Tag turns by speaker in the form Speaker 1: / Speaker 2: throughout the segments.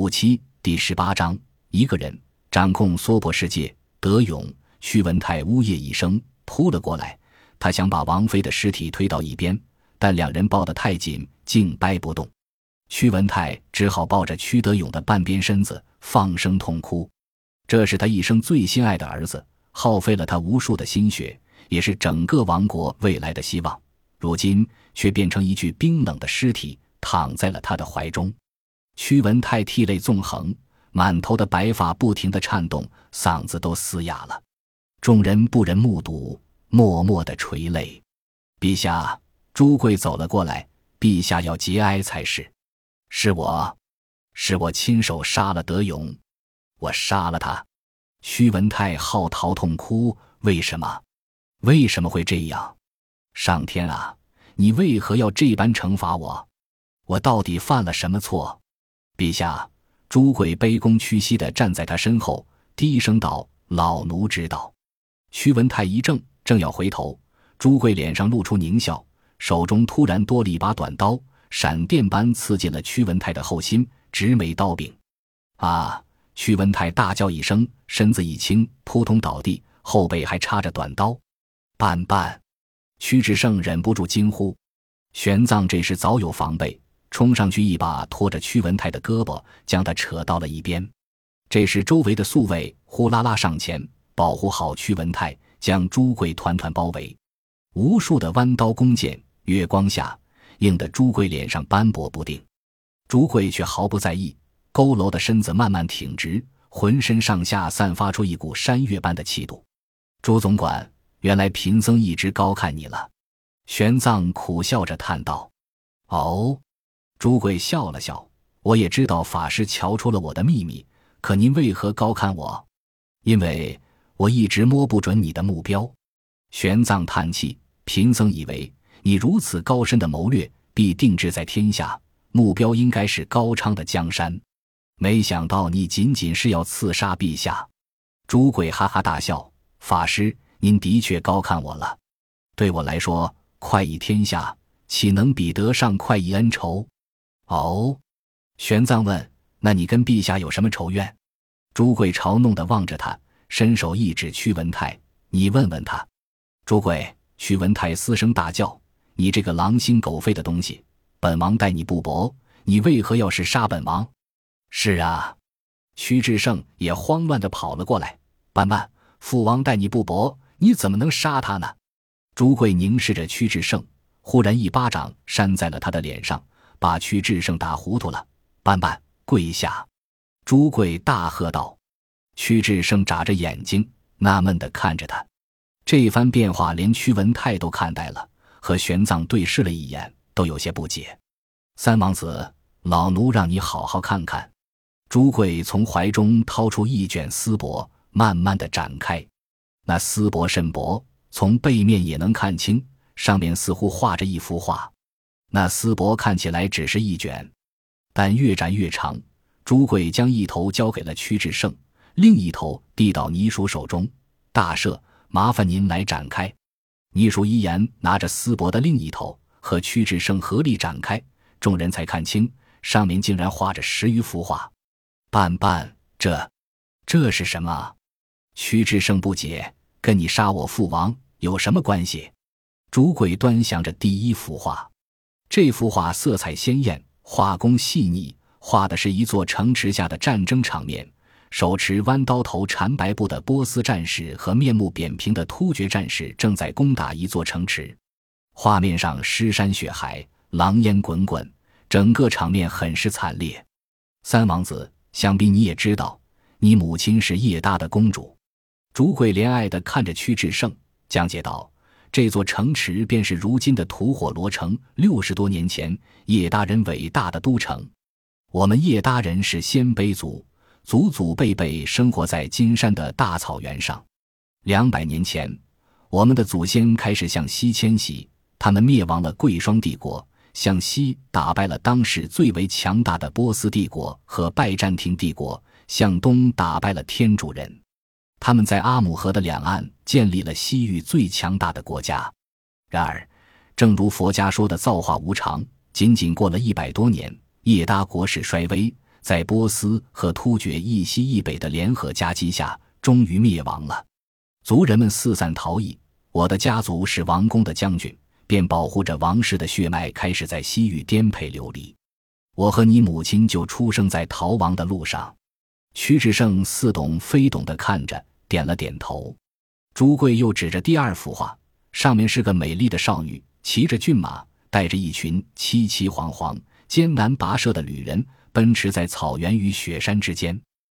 Speaker 1: 第18章，一个人掌控娑婆世界。德勇、屈文泰呜咽一声扑了过来，他想把王妃的尸体推到一边，但两人抱得太紧，竟掰不动。屈文泰只好抱着屈德勇的半边身子放声痛哭。这是他一生最心爱的儿子，耗费了他无数的心血，也是整个王国未来的希望，如今却变成一具冰冷的尸体，躺在了他的怀中。屈文泰涕泪纵横，满头的白发不停地颤动，嗓子都嘶哑了。众人不忍目睹，默默地垂泪。陛下，朱贵走了过来，陛下要节哀才是。是我亲手杀了德勇，我杀了他。屈文泰嚎啕痛哭，为什么会这样？上天啊，你为何要这般惩罚我？我到底犯了什么错？陛下，朱贵卑躬屈膝地站在他身后，低声道：老奴知道。屈文泰一怔，正要回头，朱贵脸上露出狞笑，手中突然多了一把短刀，闪电般刺进了屈文泰的后心，直没刀柄。啊！屈文泰大叫一声，身子一倾，扑通倒地，后背还插着短刀。半！屈志胜忍不住惊呼。玄奘这时早有防备，冲上去一把拖着屈文泰的胳膊，将他扯到了一边。这时周围的宿卫呼啦啦上前保护好屈文泰，将朱贵团团包围。无数的弯刀弓箭，月光下映得朱贵脸上斑驳不定。朱贵却毫不在意，佝偻的身子慢慢挺直，浑身上下散发出一股山岳般的气度。朱总管，原来贫僧一直高看你了。玄奘苦笑着叹道。哦，朱贵笑了笑，我也知道法师瞧出了我的秘密，可您为何高看我？因为我一直摸不准你的目标。玄奘叹气，贫僧以为你如此高深的谋略必定志在天下，目标应该是高昌的江山，没想到你仅仅是要刺杀陛下。朱贵哈哈大笑，法师，您的确高看我了。对我来说，快意天下岂能比得上快意恩仇？哦，玄奘问，那你跟陛下有什么仇怨？朱贵嘲弄地望着他，伸手一指屈文泰，你问问他。朱贵，屈文泰嘶声大叫，你这个狼心狗肺的东西，本王待你不薄，你为何要是杀本王？是啊。屈志胜也慌乱地跑了过来，慢，父王待你不薄，你怎么能杀他呢？朱贵凝视着屈志胜，忽然一巴掌扇在了他的脸上，把屈志胜打糊涂了。慢，跪下。朱贵大喝道。屈志胜眨着眼睛，纳闷地看着他。这番变化连屈文泰都看呆了，和玄奘对视了一眼，都有些不解。三王子，老奴让你好好看看。朱贵从怀中掏出一卷丝帛，慢慢地展开。那丝帛甚薄，从背面也能看清，上面似乎画着一幅画。那丝帛看起来只是一卷，但越展越长。朱贵将一头交给了屈志胜，另一头递到倪叔手中，大赦，麻烦您来展开。倪叔依言拿着丝帛的另一头，和屈志胜合力展开，众人才看清，上面竟然画着10余幅画。半，这是什么？屈志胜不解，跟你杀我父王有什么关系？朱贵端详着第一幅画，这幅画色彩鲜艳，画工细腻，画的是一座城池下的战争场面，手持弯刀头缠白布的波斯战士和面目扁平的突厥战士正在攻打一座城池。画面上尸山血海，狼烟滚滚，整个场面很是惨烈。三王子，想必你也知道，你母亲是叶大的公主。朱贵怜爱地看着屈志胜，讲解道，这座城池便是如今的吐火罗城，60多年前叶大人伟大的都城。我们叶大人是鲜卑族，祖祖辈辈生活在金山的大草原上。200年前，我们的祖先开始向西迁徙，他们灭亡了贵霜帝国，向西打败了当时最为强大的波斯帝国和拜占庭帝国，向东打败了天竺人。他们在阿姆河的两岸建立了西域最强大的国家。然而，正如佛家说的造化无常，仅仅过了100多年，叶大国势衰微， 在波斯和突厥一西一北的联合夹击下，终于灭亡了。族人们四散逃逸，我的家族是王宫的将军，便保护着王室的血脉开始在西域颠沛流离。我和你母亲就出生在逃亡的路上。屈志胜似懂非懂地看着，点了点头。朱贵又指着第二幅画，上面是个美丽的少女，骑着骏马，带着一群凄凄惶惶、艰难跋涉的旅人，奔驰在草原与雪山之间。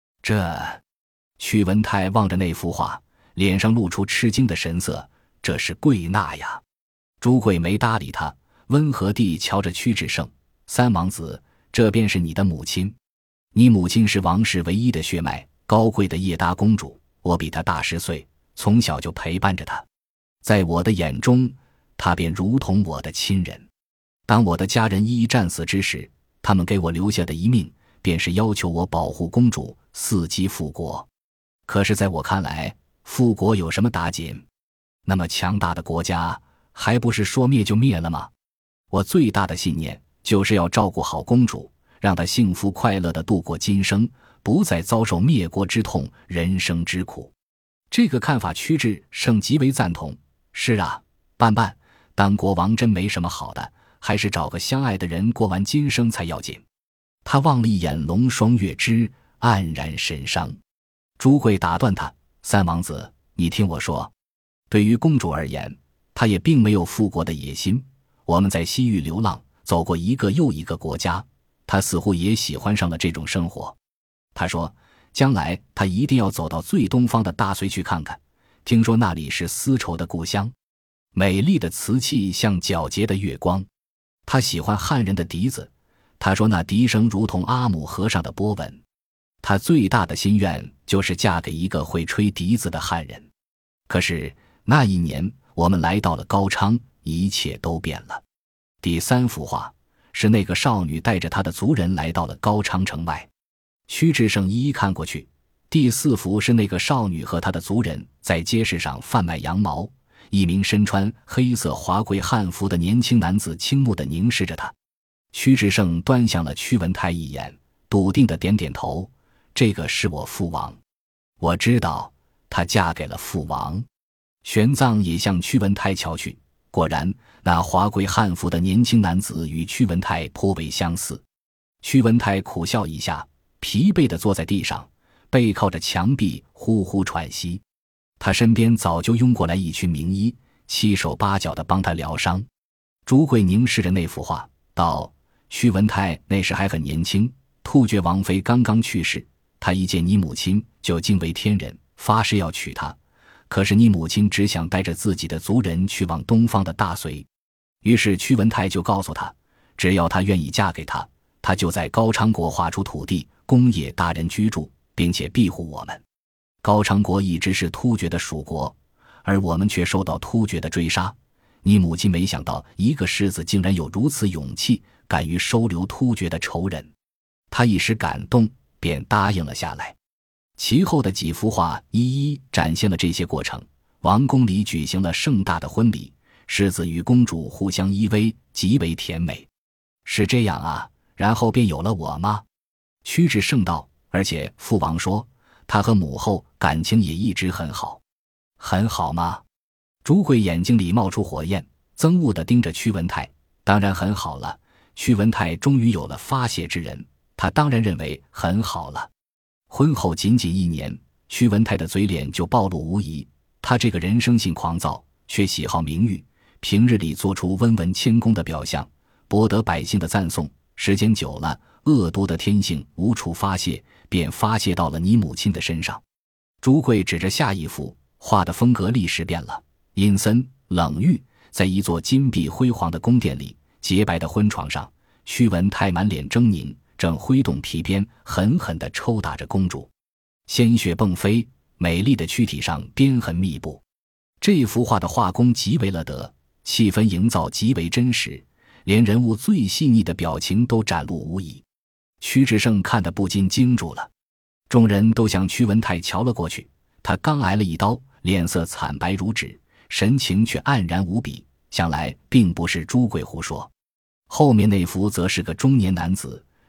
Speaker 1: 屈文泰望着那幅画，脸上露出吃惊的神色，这是贵娜呀。朱贵没搭理他，温和地瞧着屈志胜，三王子，这便是你的母亲。你母亲是王室唯一的血脉，高贵的叶达公主，我比她大10岁，从小就陪伴着她。在我的眼中，她便如同我的亲人。当我的家人一一战死之时，他们给我留下的遗命，便是要求我保护公主，伺机复国。可是在我看来，复国有什么打紧？那么强大的国家，还不是说灭就灭了吗？我最大的信念，就是要照顾好公主，让她幸福快乐地度过今生，不再遭受灭国之痛、人生之苦。这个看法屈志胜极为赞同。是啊，半半，当国王真没什么好的，还是找个相爱的人过完今生才要紧。他望了一眼龙双月枝，黯然神伤。朱贵打断他，三王子，你听我说，对于公主而言，她也并没有复国的野心。我们在西域流浪，走过一个又一个国家，她似乎也喜欢上了这种生活。她说，将来她一定要走到最东方的大隋去看看，听说那里是丝绸的故乡，美丽的瓷器像皎洁的月光。她喜欢汉人的笛子，她说那笛声如同阿姆河上的波纹。她最大的心愿就是嫁给一个会吹笛子的汉人。可是那一年我们来到了高昌，一切都变了。第3幅画是那个少女带着她的族人来到了高昌城外。屈志胜一一看过去。第4幅是那个少女和她的族人在街市上贩卖羊毛，一名身穿黑色华贵汉服的年轻男子倾慕地凝视着她。屈志胜端详了屈文泰一眼，笃定地点点头，这个是我父王。我知道她嫁给了父王。玄奘也向屈文泰瞧去，果然那华贵汉服的年轻男子与屈文泰颇为相似。屈文泰苦笑一下，疲惫地坐在地上，背靠着墙壁呼呼喘息。他身边早就拥过来一群名医，七手八脚地帮他疗伤。朱贵凝视着那幅画道，屈文泰那时还很年轻，突厥王妃刚刚去世，他一见你母亲就惊为天人，发誓要娶她。可是你母亲只想带着自己的族人去往东方的大隋。于是屈文泰就告诉他，只要他愿意嫁给他，他就在高昌国划出土地，供野大人居住，并且庇护我们。高昌国一直是突厥的属国，而我们却受到突厥的追杀。你母亲没想到一个狮子竟然有如此勇气，敢于收留突厥的仇人。他一时感动，便答应了下来。其后的几幅画一一展现了这些过程。王宫里举行了盛大的婚礼，狮子与公主互相依偎，极为甜美。是这样啊，然后便有了我吗？屈志胜道，而且父王说他和母后感情也一直很好。很好吗？朱贵眼睛里冒出火焰，憎恶地盯着屈文泰。当然很好了，屈文泰终于有了发泄之人，他当然认为很好了。婚后仅仅1年，屈文泰的嘴脸就暴露无遗。他这个人生性狂躁，却喜好名誉，平日里做出温文谦恭的表象，博得百姓的赞颂。时间久了，恶毒的天性无处发泄，便发泄到了你母亲的身上。朱贵指着下一幅画的风格立时变了，阴森冷郁，在一座金碧辉煌的宫殿里，洁白的婚床上，屈文泰满脸狰狞，正挥动皮鞭狠狠地抽打着公主，鲜血迸飞，美丽的躯体上鞭痕密布。这幅画的画工极为了得，气氛营造极为真实，连人物最细腻的表情都展露无遗。屈志胜看得不禁惊住了。众人都向屈文泰瞧了过去，他刚挨了一刀，脸色惨白如纸，神情却黯然无比，想来并不是朱贵胡说。后面那幅则是个中年男子，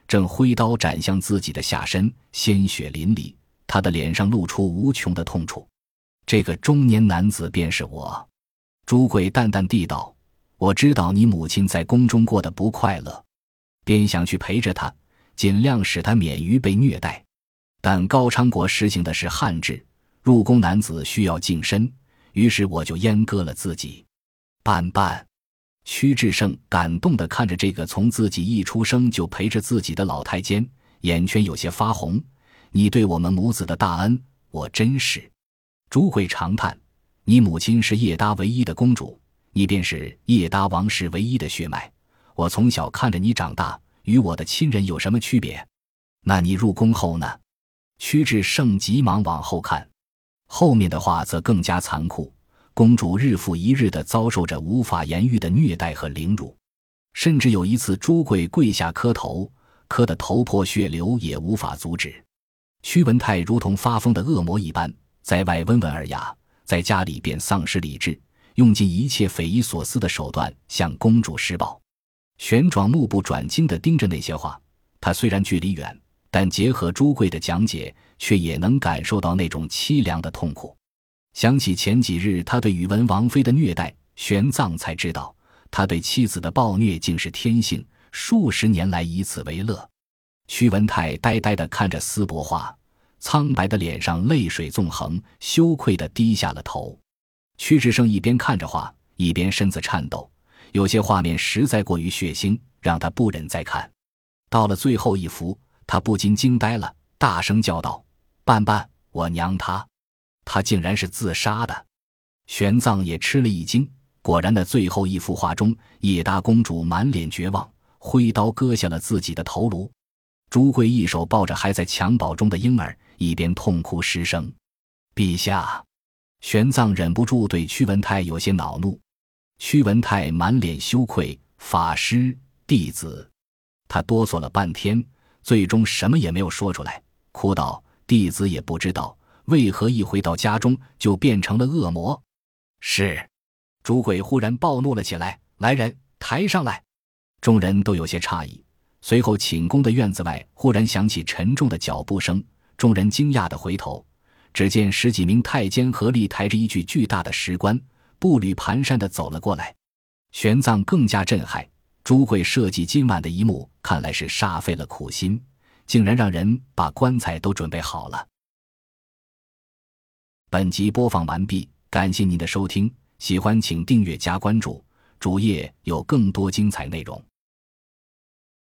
Speaker 1: 正挥刀斩向自己的下身，鲜血淋漓，他的脸上露出无穷的痛楚。这个中年男子便是我。朱贵淡淡地道：我知道你母亲在宫中过得不快乐，便想去陪着她，尽量使她免于被虐待。但高昌国实行的是汉制，入宫男子需要净身，于是我就阉割了自己。半半。屈志胜感动地看着这个从自己一出生就陪着自己的老太监，眼圈有些发红。你对我们母子的大恩，我真是。朱贵长叹，你母亲是叶达唯一的公主，你便是叶达王室唯一的血脉。我从小看着你长大，与我的亲人有什么区别？那你入宫后呢？屈志胜急忙往后看，后面的话则更加残酷。公主日复一日地遭受着无法言喻的虐待和凌辱，甚至有一次朱贵跪下磕头，磕得头破血流也无法阻止。屈文泰如同发疯的恶魔一般，在外温文尔雅，在家里便丧失理智，用尽一切匪夷所思的手段向公主施暴。玄奘目不转睛地盯着那些话，他虽然距离远，但结合朱贵的讲解，却也能感受到那种凄凉的痛苦。想起前几日他对宇文王妃的虐待，玄奘才知道他对妻子的暴虐竟是天性，数十年来以此为乐。屈文泰呆呆地看着丝帛画，苍白的脸上泪水纵横，羞愧地低下了头。屈志胜一边看着画，一边身子颤抖，有些画面实在过于血腥，让他不忍再看。到了最后一幅，他不禁惊呆了，大声叫道：半半，我娘他竟然是自杀的。玄奘也吃了一惊，果然的最后一幅画中，叶达公主满脸绝望，挥刀割下了自己的头颅。朱贵一手抱着还在襁褓中的婴儿，一边痛哭失声。陛下。玄奘忍不住对屈文泰有些恼怒。屈文泰满脸羞愧，法师，弟子。他哆嗦了半天，最终什么也没有说出来，哭道：弟子也不知道为何一回到家中就变成了恶魔。是。朱贵忽然暴怒了起来，来人，抬上来。众人都有些诧异，随后寝宫的院子外忽然响起沉重的脚步声，众人惊讶地回头，只见十几名太监合力抬着一具巨大的石棺，步履蹒跚地走了过来。玄奘更加震撼，朱贵设计今晚的一幕看来是煞费了苦心，竟然让人把棺材都准备好了。本集播放完毕，感谢您的收听，喜欢请订阅加关注，主页有更多精彩内容。